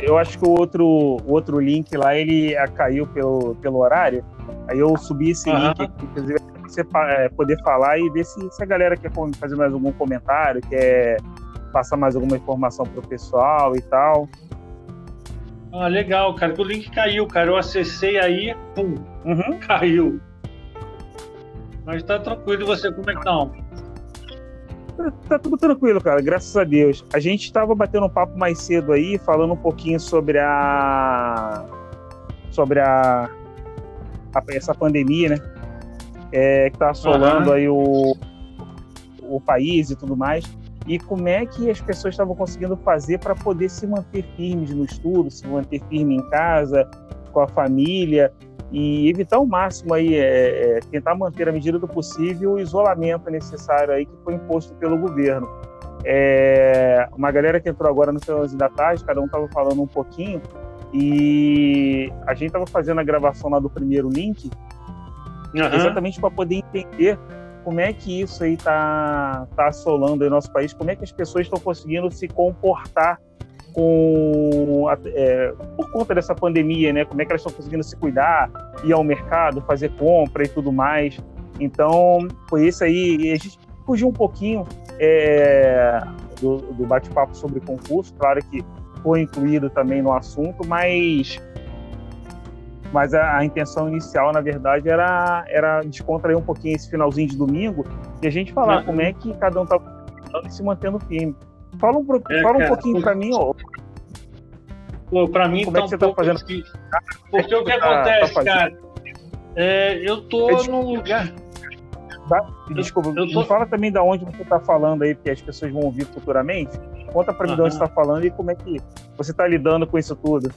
eu acho que o outro link lá, ele caiu pelo horário. Aí eu subi esse link aqui, inclusive, para você poder falar e ver se a galera quer fazer mais algum comentário, quer passar mais alguma informação pro pessoal e tal. Ah, legal, cara, que o link caiu, cara. Eu acessei aí, pum, caiu. Mas tá tranquilo, e você, como é que tá? Tá tudo tranquilo, cara, graças a Deus. A gente estava batendo um papo mais cedo aí, falando um pouquinho sobre essa pandemia, né? Que tá assolando aí o país e tudo mais. E como é que as pessoas estavam conseguindo fazer para poder se manter firmes no estudo, se manter firme em casa, com a família, e evitar ao máximo aí, tentar manter à medida do possível o isolamento necessário aí que foi imposto pelo governo. Uma galera que entrou agora no finalzinho da tarde, cada um estava falando um pouquinho, e a gente estava fazendo a gravação lá do primeiro link, exatamente para poder entender como é que isso aí tá assolando o nosso país, como é que as pessoas estão conseguindo se comportar por conta dessa pandemia, né? Como é que elas estão conseguindo se cuidar, ir ao mercado, fazer compra e tudo mais. Então, foi isso aí. E a gente fugiu um pouquinho do bate-papo sobre concurso, claro que foi incluído também no assunto, mas a intenção inicial, na verdade, era descontrair um pouquinho esse finalzinho de domingo e a gente falar como é que cada um está se mantendo firme. Fala um pouquinho para mim, para mim como é que você está fazendo? Porque o que acontece, cara? Eu tô num lugar. Desculpa, me fala também de onde você está falando aí, porque as pessoas vão ouvir futuramente. Conta para mim de onde você está falando e como é que você está lidando com isso tudo.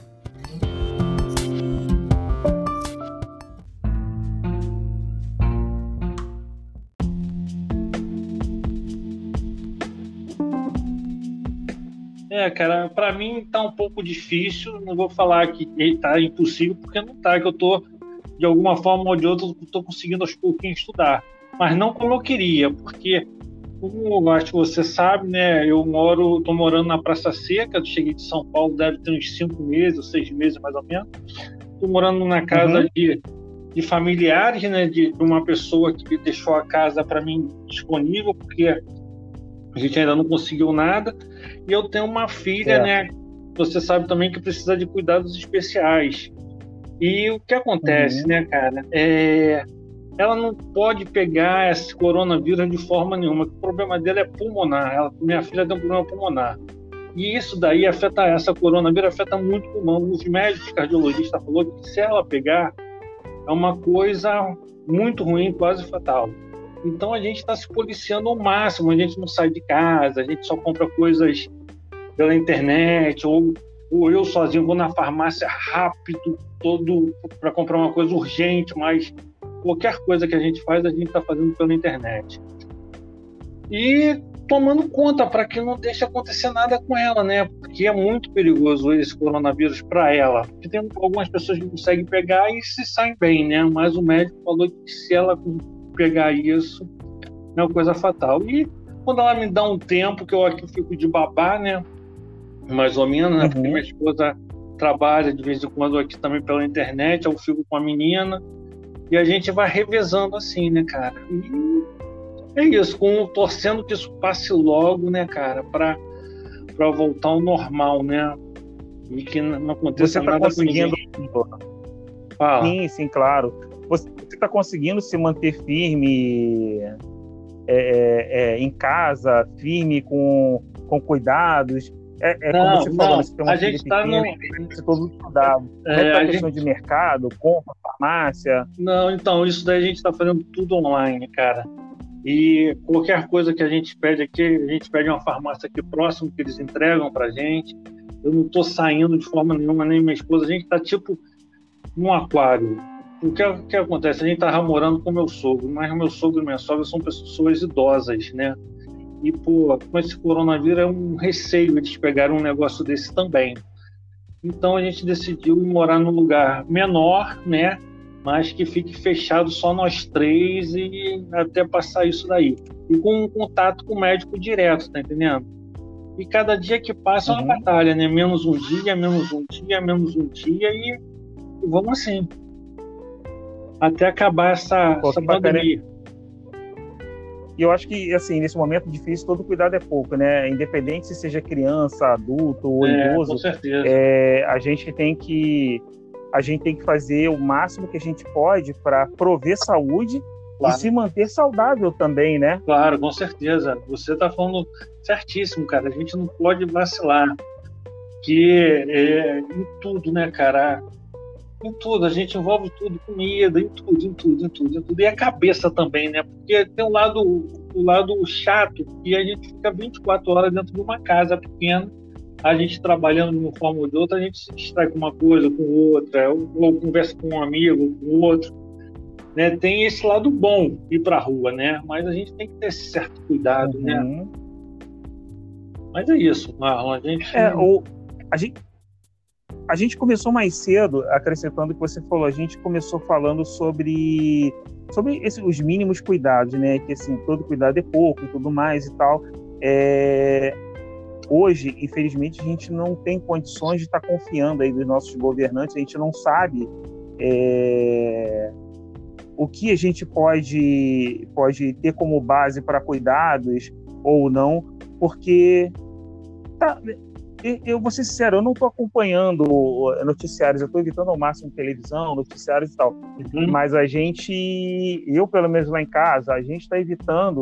Cara, para mim tá um pouco difícil, não vou falar que tá impossível, porque não tá, que eu tô, de alguma forma ou de outra, tô conseguindo aos pouquinhos estudar, mas não como eu queria, porque, como eu acho que você sabe, né, tô morando na Praça Seca, cheguei de São Paulo, deve ter uns 5 meses, ou 6 meses mais ou menos, tô morando na casa de familiares, né, de uma pessoa que deixou a casa para mim disponível, porque a gente ainda não conseguiu nada, e eu tenho uma filha, né? Você sabe também que precisa de cuidados especiais. E o que acontece, né, cara? Ela não pode pegar esse coronavírus de forma nenhuma. O problema dela é pulmonar. Minha filha tem um problema pulmonar. E isso daí essa coronavírus afeta muito o pulmão. Os médicos cardiologistas falaram que se ela pegar, é uma coisa muito ruim, quase fatal. Então a gente está se policiando ao máximo, a gente não sai de casa, a gente só compra coisas pela internet, ou eu sozinho vou na farmácia rápido, todo para comprar uma coisa urgente, mas qualquer coisa que a gente faz, a gente está fazendo pela internet. E tomando conta para que não deixe acontecer nada com ela, né? Porque é muito perigoso esse coronavírus para ela. Porque tem algumas pessoas que conseguem pegar e se saem bem, né? Mas o médico falou que se ela pegar isso, é uma coisa fatal. E quando ela me dá um tempo, que eu aqui fico de babá, né? Mais ou menos, né? Porque minha esposa trabalha de vez em quando aqui também pela internet, eu fico com a menina e a gente vai revezando assim, né, cara? E é isso, torcendo que isso passe logo, né, cara, para voltar ao normal, né? E que não aconteça nada com ninguém. Fala. Sim, claro. Você está conseguindo se manter firme em casa, firme com cuidados? Como você falou, você tem uma filha pequena, todo estudado. Como é a questão de mercado, compra, farmácia? Não, então, isso daí a gente está fazendo tudo online, cara. E qualquer coisa que a gente pede aqui, a gente pede uma farmácia aqui próximo que eles entregam pra gente. Eu não estou saindo de forma nenhuma, nem minha esposa. A gente está tipo num aquário. O que acontece? A gente estava morando com meu sogro, mas meu sogro e minha sogra são pessoas idosas, né? E, com esse coronavírus é um receio eles pegarem um negócio desse também. Então a gente decidiu ir morar num lugar menor, né? Mas que fique fechado só nós três e até passar isso daí. E com um contato com o médico direto, tá entendendo? E cada dia que passa é uma batalha, né? Menos um dia, menos um dia, menos um dia e vamos assim. Até acabar essa pandemia. E eu acho que, assim, nesse momento difícil, todo cuidado é pouco, né? Independente se seja criança, adulto ou idoso, com certeza. A gente tem que fazer o máximo que a gente pode para prover saúde e se manter saudável também, né? Claro, com certeza. Você está falando certíssimo, cara. A gente não pode vacilar. Que em tudo, né, cara? Em tudo, a gente envolve tudo, comida, em tudo. E a cabeça também, né? Porque tem o lado chato, que a gente fica 24 horas dentro de uma casa pequena, a gente trabalhando de uma forma ou de outra, a gente se distrai com uma coisa, com outra, ou conversa com um amigo, com outro. Né? Tem esse lado bom ir pra rua, né? Mas a gente tem que ter esse certo cuidado, né? Mas é isso, Marlon. A gente começou mais cedo, acrescentando o que você falou, a gente começou falando sobre os mínimos cuidados, né? Que assim, todo cuidado é pouco e tudo mais e tal. Hoje, infelizmente, a gente não tem condições de estar confiando aí dos nossos governantes, a gente não sabe o que a gente pode ter como base para cuidados ou não, porque eu vou ser sincero, eu não estou acompanhando noticiários, eu estou evitando ao máximo televisão, noticiários e tal, mas eu pelo menos lá em casa, a gente está evitando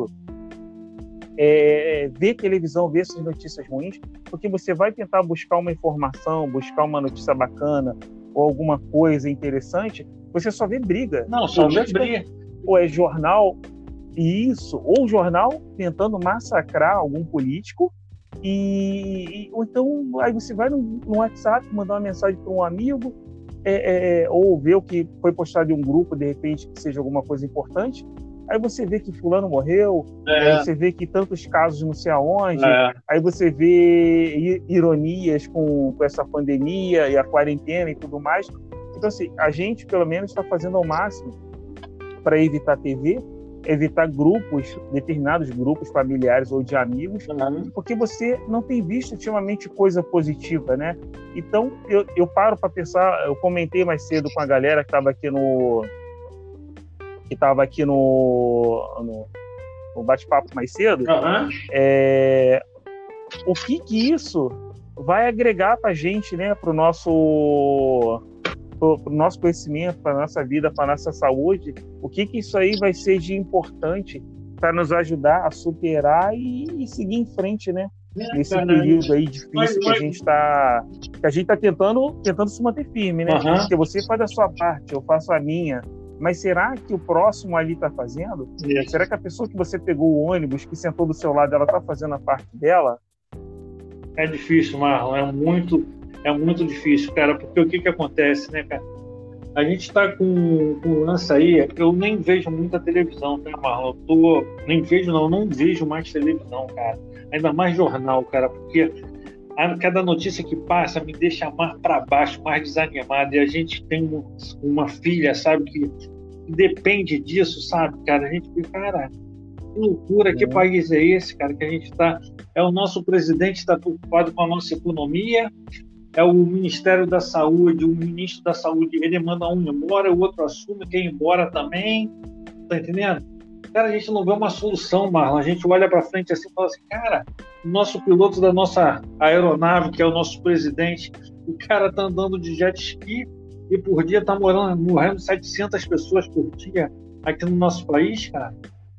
ver televisão, ver essas notícias ruins, porque você vai tentar buscar uma informação, buscar uma notícia bacana ou alguma coisa interessante, você só vê briga. Não, só vê briga. Ou é jornal, ou jornal tentando massacrar algum político, ou então aí você vai no WhatsApp mandar uma mensagem para um amigo, ou ver o que foi postado em um grupo, de repente que seja alguma coisa importante, aí você vê que fulano morreu, aí você vê que tantos casos não sei aonde, aí você vê ironias com essa pandemia e a quarentena e tudo mais. Então assim, a gente pelo menos está fazendo ao máximo para evitar TV, evitar determinados grupos familiares ou de amigos, porque você não tem visto ultimamente coisa positiva, né? Então, eu paro para pensar, eu comentei mais cedo com a galera que estava aqui no bate-papo mais cedo, o que isso vai agregar para a gente, né? Para o nosso conhecimento, para a nossa vida, para a nossa saúde, o que isso aí vai ser de importante para nos ajudar a superar e seguir em frente, né? Nesse período aí difícil que a gente está tentando se manter firme, né? Porque você faz a sua parte, eu faço a minha, mas será que o próximo ali está fazendo? Será que a pessoa que você pegou o ônibus, que sentou do seu lado, ela está fazendo a parte dela? É difícil, Marlon, é muito difícil, cara, porque o que acontece, né, cara? A gente está com um lance aí, eu nem vejo muita televisão, tá, Marlon? Não vejo mais televisão, cara. Ainda mais jornal, cara, porque cada notícia que passa me deixa mais para baixo, mais desanimado. E a gente tem uma filha, sabe, que depende disso, sabe, cara? A gente fica, cara, que loucura, que país é esse, cara, que a gente está... O nosso presidente está preocupado com a nossa economia, o Ministério da Saúde, o ministro da Saúde, ele manda um embora, o outro assume, quer ir embora também, tá entendendo? Cara, a gente não vê uma solução, Marlon. A gente olha para frente assim e fala assim, cara, o nosso piloto da nossa aeronave, que é o nosso presidente, o cara tá andando de jet ski e por dia tá morrendo 700 pessoas por dia aqui no nosso país, cara.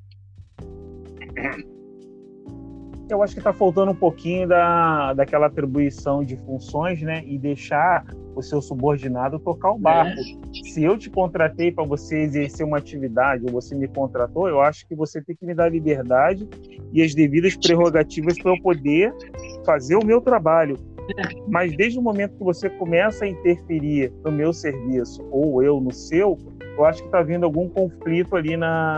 Eu acho que está faltando um pouquinho daquela atribuição de funções, né? E deixar o seu subordinado tocar o barco. Se eu te contratei para você exercer uma atividade, ou você me contratou, eu acho que você tem que me dar liberdade e as devidas prerrogativas para eu poder fazer o meu trabalho. Mas desde o momento que você começa a interferir no meu serviço, ou eu no seu, eu acho que está havendo algum conflito ali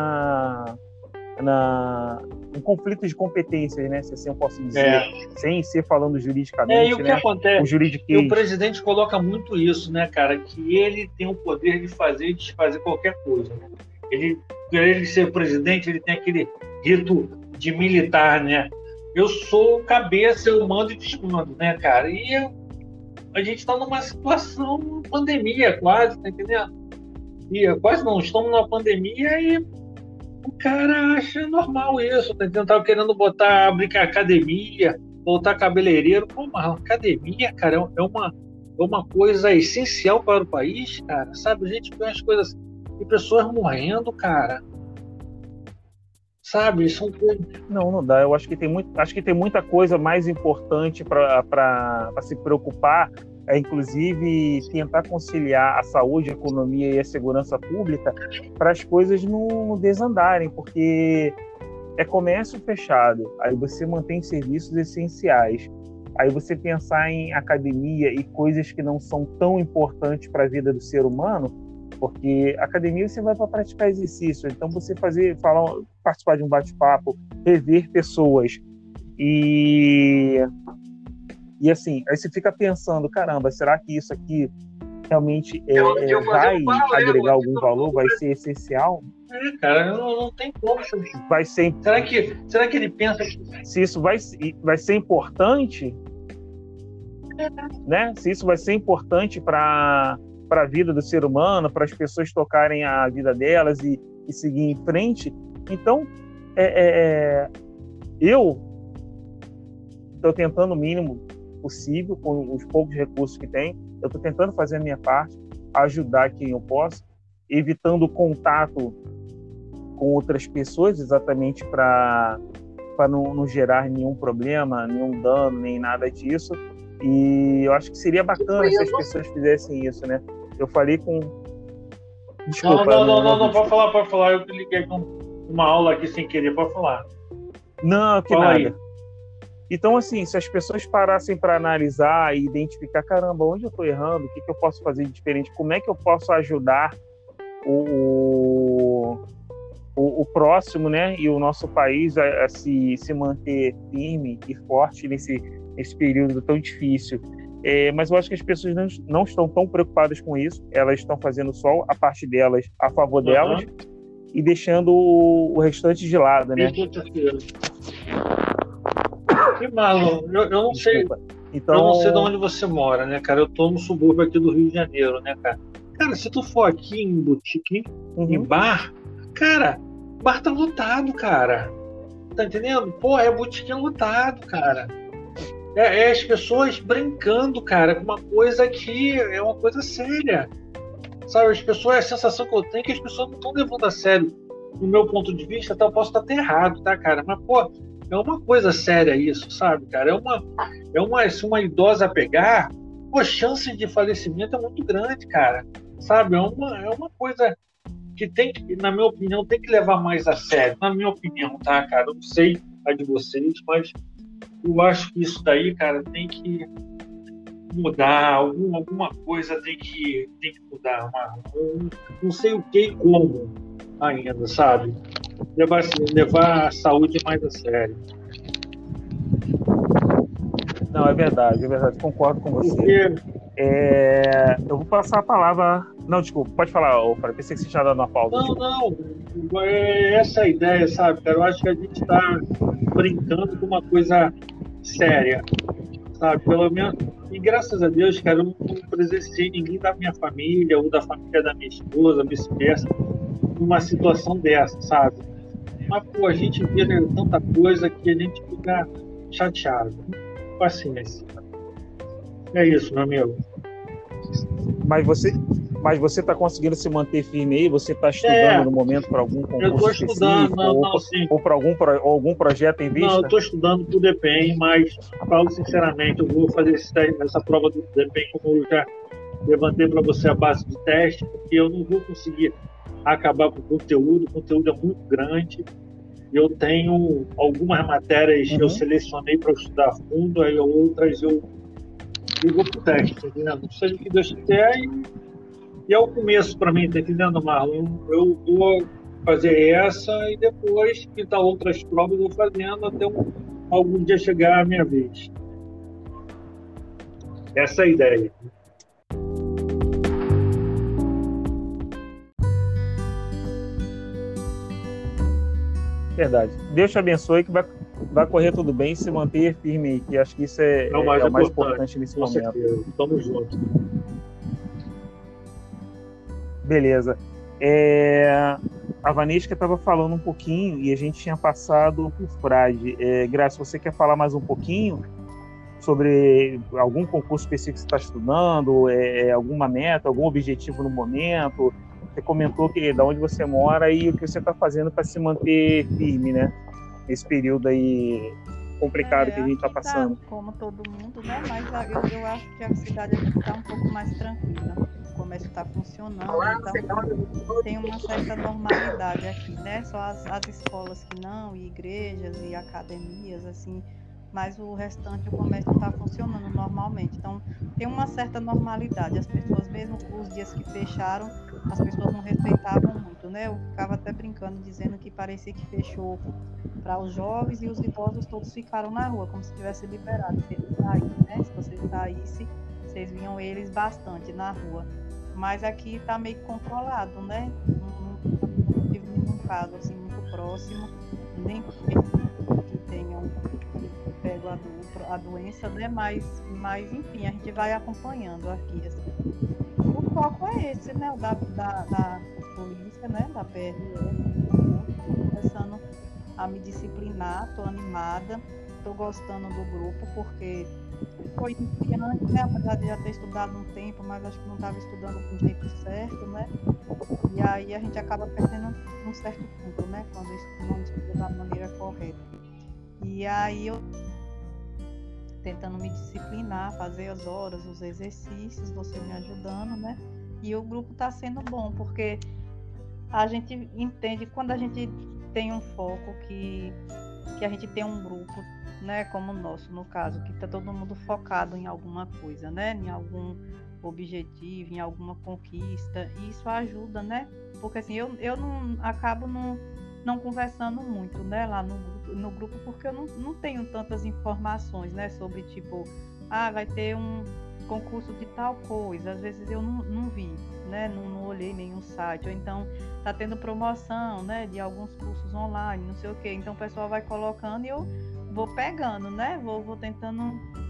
um conflito de competências, né? Se assim eu posso dizer, sem ser falando juridicamente. E o que acontece? O presidente coloca muito isso, né, cara? Que ele tem o poder de fazer e desfazer qualquer coisa, né? Ele ser presidente, ele tem aquele rito de militar, né? eu sou cabeça, eu mando e desmando, né, cara? E a gente está numa situação, pandemia quase, tá entendendo? E quase não, estamos numa pandemia e o cara acha normal isso, tá entendendo? Tava querendo abrir academia, voltar cabeleireiro. Pô, mas academia, cara, é uma coisa essencial para o país, cara, sabe? A gente vê as coisas e pessoas morrendo, cara. Sabe? São coisas. Não dá. Eu acho que tem muita coisa mais importante para se preocupar, inclusive tentar conciliar a saúde, a economia e a segurança pública para as coisas não desandarem, porque é comércio fechado, aí você mantém serviços essenciais, aí você pensar em academia e coisas que não são tão importantes para a vida do ser humano, porque academia você vai para praticar exercício, então você participar de um bate-papo, rever pessoas e assim, aí você fica pensando, caramba, será que isso aqui realmente vai agregar algum valor, vai ser essencial? Cara, não tem como. Vai ser... Será que ele pensa que... Se isso vai ser importante, né? Se isso vai ser importante para a vida do ser humano, para as pessoas tocarem a vida delas e seguir em frente, então eu estou tentando o mínimo possível com os poucos recursos que tem. Eu estou tentando fazer a minha parte, ajudar quem eu posso, evitando o contato com outras pessoas, exatamente para não gerar nenhum problema, nenhum dano, nem nada disso. E eu acho que seria bacana se as pessoas fizessem isso, né? Eu falei com... Desculpa. Não, pode falar. Eu liguei com uma aula aqui sem querer, pode falar. Não, que nada. Aí. Então, assim, se as pessoas parassem para analisar e identificar, caramba, onde eu estou errando, o que eu posso fazer de diferente, como é que eu posso ajudar o próximo, né, e o nosso país a se manter firme e forte nesse período tão difícil. Mas eu acho que as pessoas não estão tão preocupadas com isso, elas estão fazendo só a parte delas, a favor delas, e deixando o restante de lado, né? Que maluco, eu não sei. Então... Eu não sei de onde você mora, né, cara? Eu tô no subúrbio aqui do Rio de Janeiro, né, cara? Cara, se tu for aqui em boutique, em bar, cara, bar tá lotado, cara. Tá entendendo? Pô, boutique lotado, cara. As pessoas brincando, cara, com uma coisa que é uma coisa séria. Sabe, as pessoas, a sensação que eu tenho é que as pessoas não estão levando a sério. No meu ponto de vista, eu posso estar até errado, tá, cara? Mas, pô, é uma coisa séria isso, sabe, cara? Se uma idosa pegar, a chance de falecimento é muito grande, cara. Sabe? É uma coisa que tem que, na minha opinião, tem que levar mais a sério. Na minha opinião, tá, cara? Eu não sei a de vocês, mas eu acho que isso daí, cara, tem que mudar. Alguma coisa tem que mudar. Não sei o que e como ainda, sabe? Levar a saúde mais a sério. Não, é verdade, concordo com você. Eu vou passar a palavra... Não, desculpa, pode falar, Fábio, pensei que você tinha dado uma pausa. Não, essa é a ideia, sabe, cara? Eu acho que a gente está brincando com uma coisa séria, sabe? Pelo menos, e graças a Deus, cara, eu não presenciei ninguém da minha família ou da família da minha esposa, vice-versa, numa situação dessa, sabe? Mas, pô, a gente vê tanta coisa que a gente fica chateado. Paciência. É isso, meu amigo. Mas você está conseguindo se manter firme aí? Você está estudando no momento para algum concurso específico? Ou para algum projeto em vista? Não, eu estou estudando para o DPEM, mas falo sinceramente, eu vou fazer essa prova do DPEM, como eu já levantei para você a base de teste, porque eu não vou conseguir acabar com o conteúdo é muito grande. Eu tenho algumas matérias que eu selecionei para estudar a fundo, aí outras eu vou pro teste, tá entendendo? Seja o que Deus quiser, e é o começo para mim, tá entendendo, Marlon? Eu vou fazer essa e depois pintar outras provas, eu vou fazendo até algum dia chegar a minha vez. Essa é a ideia. Verdade. Deus te abençoe, que vai correr tudo bem, se manter firme aí, que acho que isso é o mais importante nesse momento. Tamo junto. Beleza. A Vanesca estava falando um pouquinho e a gente tinha passado por Frade. Graça, você quer falar mais um pouquinho sobre algum concurso específico que você está estudando, alguma meta, algum objetivo no momento? Você comentou que da onde você mora e o que você está fazendo para se manter firme, né? Nesse período aí complicado que a gente está passando. Como todo mundo, né? Mas eu acho que a cidade está um pouco mais tranquila. O comércio está funcionando, então tem uma certa normalidade aqui, né? Só as escolas que não, e igrejas e academias, assim, mas o restante, o comércio está funcionando normalmente. Então, tem uma certa normalidade. As pessoas, mesmo os dias que fecharam, as pessoas não respeitavam muito, né? Eu ficava até brincando, dizendo que parecia que fechou para os jovens e os idosos todos ficaram na rua, como se tivesse liberado eles saírem, né? Se vocês saíssem, vocês viam eles bastante na rua. Mas aqui está meio controlado, né? Não tive nenhum caso assim muito próximo, nem que tenham pego a doença, né? Mas enfim, a gente vai acompanhando aqui. Assim. O foco é esse, né? O da polícia, né? Da PRF. Estou começando a me disciplinar, estou animada, estou gostando do grupo, porque foi iniciante, né? Apesar de já ter estudado um tempo, mas acho que não estava estudando do jeito certo, né? E aí a gente acaba perdendo um certo ponto, né? Quando não estuda da maneira correta. E aí eu tentando me disciplinar, fazer as horas, os exercícios, você me ajudando, né? E o grupo está sendo bom, porque a gente entende, quando a gente tem um foco, que a gente tem um grupo, né, como o nosso, no caso, que está todo mundo focado em alguma coisa, né, em algum objetivo, em alguma conquista, e isso ajuda, né, porque assim, eu não acabo não conversando muito, né, lá no grupo, porque eu não tenho tantas informações, né, sobre tipo, vai ter um concurso de tal coisa, às vezes eu não vi, né, não olhei nenhum site, ou então tá tendo promoção, né, de alguns cursos online, não sei o que, então o pessoal vai colocando e eu vou pegando, né, vou tentando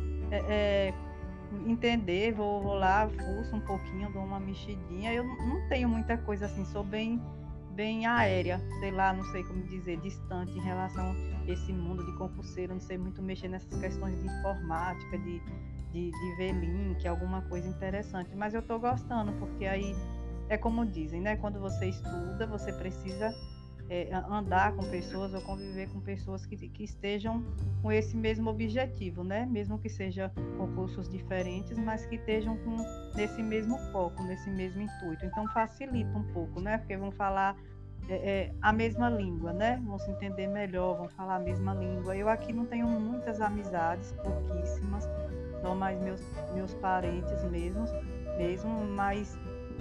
entender, vou lá, fuço um pouquinho, dou uma mexidinha, eu não tenho muita coisa assim, sou bem aérea, sei lá, não sei como dizer, distante em relação a esse mundo de concurseiro, não sei muito mexer nessas questões de informática, de ver link, alguma coisa interessante, mas eu tô gostando, porque aí é como dizem, né, quando você estuda, você precisa andar com pessoas ou conviver com pessoas que estejam com esse mesmo objetivo, né, mesmo que sejam concursos diferentes, mas que estejam nesse mesmo foco, nesse mesmo intuito, então facilita um pouco, né, porque vão falar a mesma língua, né, vão se entender melhor, vão falar a mesma língua. Eu aqui não tenho muitas amizades, pouquíssimas, são mais meus parentes mesmo, mas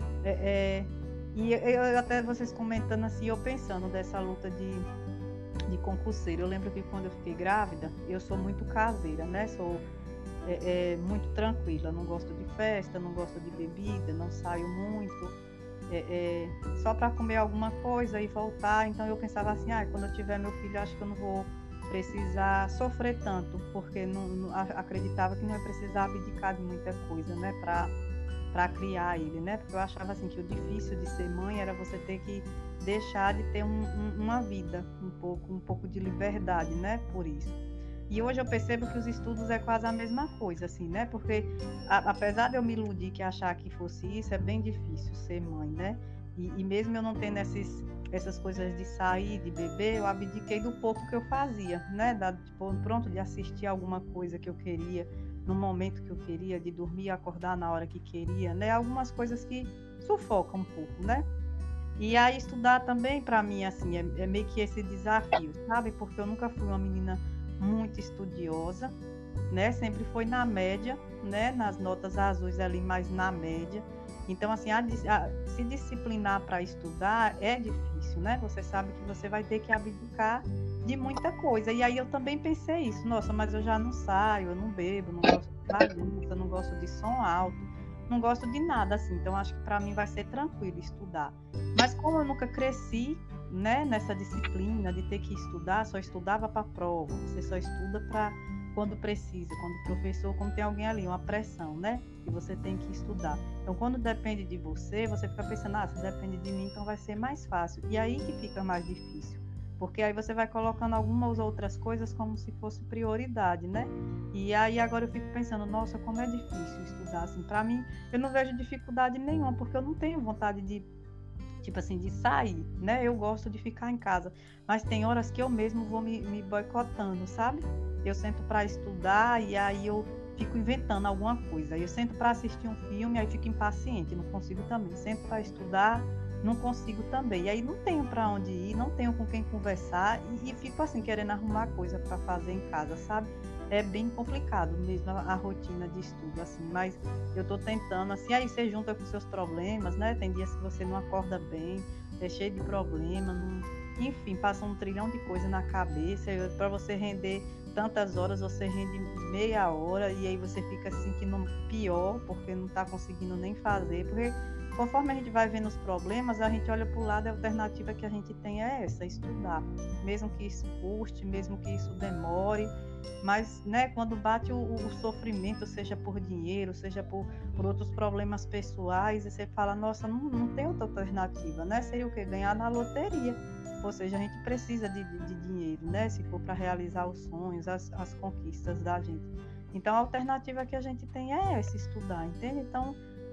e eu até vocês comentando assim, eu pensando dessa luta de concurseiro, eu lembro que quando eu fiquei grávida, eu sou muito caseira, né, sou muito tranquila, não gosto de festa, não gosto de bebida, não saio muito, só para comer alguma coisa e voltar, então eu pensava assim, quando eu tiver meu filho, acho que eu não vou precisar sofrer tanto, porque não acreditava que não ia precisar abdicar de muita coisa, né, para criar ele, né, porque eu achava assim que o difícil de ser mãe era você ter que deixar de ter uma vida, um pouco de liberdade, né, por isso. E hoje eu percebo que os estudos é quase a mesma coisa, assim, né, porque apesar de eu me iludir que achar que fosse isso, é bem difícil ser mãe, né, e mesmo eu não tendo essas coisas de sair, de beber, eu abdiquei do pouco que eu fazia, né, pronto, de assistir alguma coisa que eu queria, no momento que eu queria, de dormir e acordar na hora que queria, né, algumas coisas que sufocam um pouco, né. E aí estudar também, para mim, assim, é meio que esse desafio, sabe, porque eu nunca fui uma menina muito estudiosa, né, sempre foi na média, né, nas notas azuis ali, mas na média. Então, assim, se disciplinar para estudar é difícil, né? Você sabe que você vai ter que abdicar de muita coisa. E aí eu também pensei isso. Nossa, mas eu já não saio, eu não bebo, não gosto de bagunça, não gosto de som alto, não gosto de nada, assim. Então, acho que para mim vai ser tranquilo estudar. Mas como eu nunca cresci né, nessa disciplina de ter que estudar, só estudava para a prova, você só estuda para quando precisa, quando o professor, quando tem alguém ali, uma pressão, né, que você tem que estudar. Então, quando depende de você, você fica pensando, se depende de mim, então vai ser mais fácil. E aí que fica mais difícil, porque aí você vai colocando algumas outras coisas como se fosse prioridade, né? E aí agora eu fico pensando, nossa, como é difícil estudar, assim, para mim, eu não vejo dificuldade nenhuma, porque eu não tenho vontade de, tipo assim, de sair, né? Eu gosto de ficar em casa, mas tem horas que eu mesmo vou me boicotando, sabe? Eu sento para estudar e aí eu fico inventando alguma coisa. Eu sento para assistir um filme, aí fico impaciente, não consigo também. Sento para estudar, não consigo também. E aí não tenho para onde ir, não tenho com quem conversar e fico assim querendo arrumar coisa para fazer em casa, sabe? É bem complicado mesmo a rotina de estudo, assim, mas eu estou tentando, assim, aí você junta com seus problemas, né? Tem dias que você não acorda bem, é cheio de problema, enfim, passa um trilhão de coisas na cabeça, para você render tantas horas, você rende meia hora e aí você fica se sentindo pior, porque não está conseguindo nem fazer, porque conforme a gente vai vendo os problemas, a gente olha para o lado, a alternativa que a gente tem é essa, estudar, mesmo que isso custe, mesmo que isso demore, mas, né, quando bate o sofrimento, seja por dinheiro, seja por outros problemas pessoais, e você fala, nossa, não tem outra alternativa, né? Seria o quê? Ganhar na loteria. Ou seja, a gente precisa de dinheiro, né? Se for para realizar os sonhos, as conquistas da gente. Então, a alternativa que a gente tem é essa, estudar, entende? Então,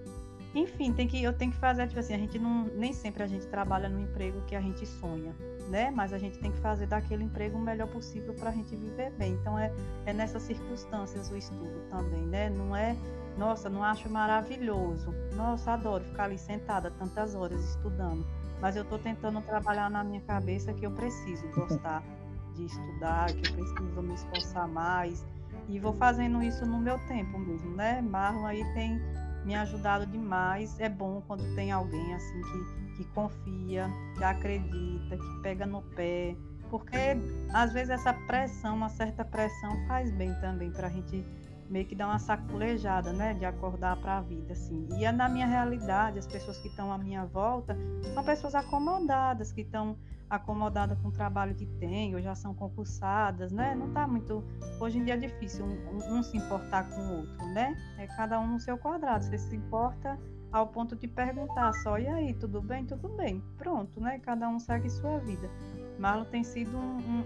enfim, eu tenho que fazer, tipo assim, a gente nem sempre a gente trabalha no emprego que a gente sonha, né? Mas a gente tem que fazer daquele emprego o melhor possível para a gente viver bem. Então, é nessas circunstâncias o estudo também, né? Não é, nossa, não acho maravilhoso. Nossa, adoro ficar ali sentada tantas horas estudando. Mas eu estou tentando trabalhar na minha cabeça que eu preciso gostar de estudar, que eu preciso me esforçar mais. E vou fazendo isso no meu tempo mesmo, né? Marlon aí tem me ajudado demais. É bom quando tem alguém assim que confia, que acredita, que pega no pé. Porque às vezes essa pressão, uma certa pressão faz bem também para a gente meio que dar uma sacolejada, né, de acordar para a vida, assim. E na minha realidade, as pessoas que estão à minha volta são pessoas acomodadas, que estão acomodadas com o trabalho que têm, ou já são concursadas, né? Não tá muito... Hoje em dia é difícil um se importar com o outro, né? É cada um no seu quadrado. Você se importa ao ponto de perguntar só, e aí, tudo bem? Tudo bem. Pronto, né? Cada um segue sua vida. Marlon tem sido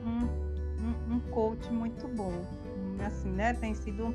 um coach muito bom, assim, né? Tem sido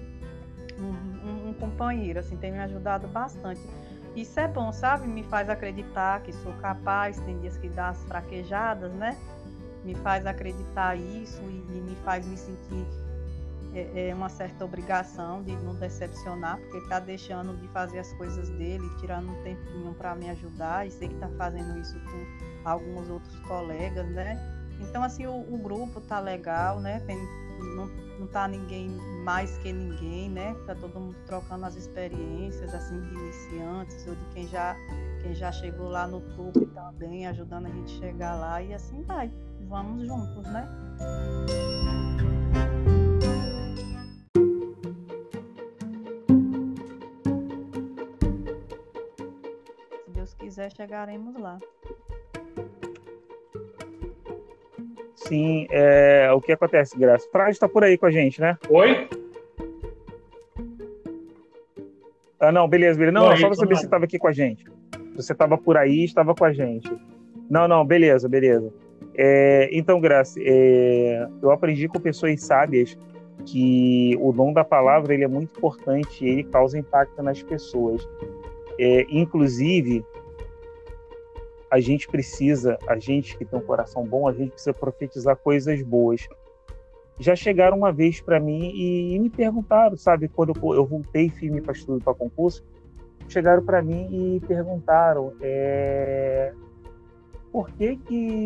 um companheiro, assim, tem me ajudado bastante. Isso é bom, sabe? Me faz acreditar que sou capaz, tem dias que dá as fraquejadas, né? Me faz acreditar isso e me faz me sentir uma certa obrigação de não decepcionar, porque está deixando de fazer as coisas dele, tirando um tempinho para me ajudar, e sei que está fazendo isso com alguns outros colegas, né? Então, assim, o grupo tá legal, né? Não tá ninguém mais que ninguém, né? Tá todo mundo trocando as experiências, assim, de iniciantes ou de quem já chegou lá no topo também, ajudando a gente chegar lá, e assim vai. Vamos juntos, né? Se Deus quiser, chegaremos lá. Sim, o que acontece, Graça? Frade está por aí com a gente, né? Oi? Ah, não, beleza. Não, só para saber se estava aqui com a gente. Você estava por aí, estava com a gente. Não, beleza. Então, Graça, eu aprendi com pessoas sábias que o dom da palavra ele é muito importante, ele causa impacto nas pessoas. Inclusive, a gente que tem um coração bom, a gente precisa profetizar coisas boas. Já chegaram uma vez para mim e me perguntaram, sabe, quando eu voltei firme para estudo, para concurso, chegaram para mim e perguntaram por que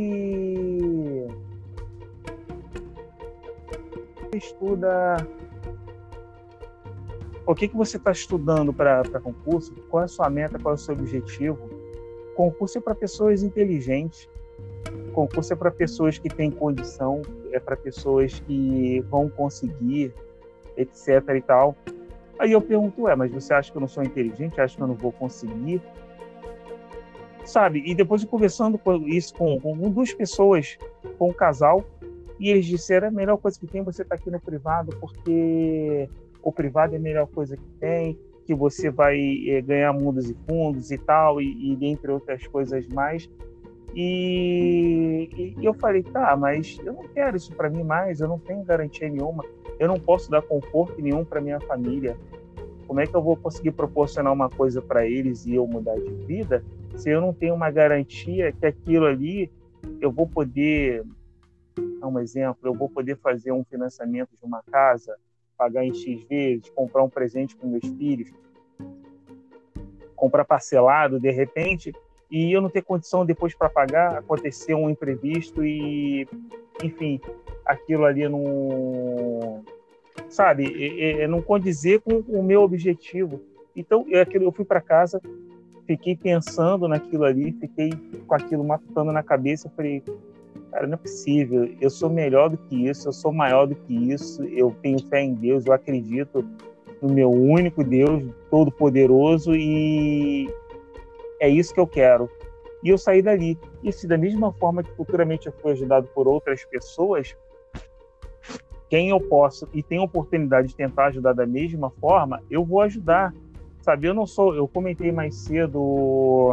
você está estudando para concurso? Qual é a sua meta? Qual é o seu objetivo? Concurso é para pessoas inteligentes, concurso é para pessoas que têm condição, é para pessoas que vão conseguir, etc. e tal. Aí eu pergunto, mas você acha que eu não sou inteligente? Acha que eu não vou conseguir? sabe? E depois eu conversando isso com duas pessoas, com um casal, e eles disseram: a melhor coisa que tem você estar aqui no privado, porque o privado é a melhor coisa que tem, que você vai ganhar mundos e fundos e tal, e entre outras coisas mais. E eu falei: tá, mas eu não quero isso para mim mais, eu não tenho garantia nenhuma, eu não posso dar conforto nenhum para minha família. Como é que eu vou conseguir proporcionar uma coisa para eles e eu mudar de vida se eu não tenho uma garantia que aquilo ali eu vou poder, um exemplo, eu vou poder fazer um financiamento de uma casa, pagar em X vezes, comprar um presente para meus filhos, comprar parcelado de repente, e eu não ter condição depois para pagar, acontecer um imprevisto e, enfim, aquilo ali não, sabe, não condizer com o meu objetivo. Então, eu fui para casa, fiquei pensando naquilo ali, fiquei com aquilo matutando na cabeça, eu falei: cara, não é possível, eu sou melhor do que isso, eu sou maior do que isso, eu tenho fé em Deus, eu acredito no meu único Deus, todo-poderoso, e é isso que eu quero. E eu saí dali. E assim, da mesma forma que futuramente eu fui ajudado por outras pessoas, quem eu posso e tenho oportunidade de tentar ajudar da mesma forma, eu vou ajudar. Sabe, eu comentei mais cedo...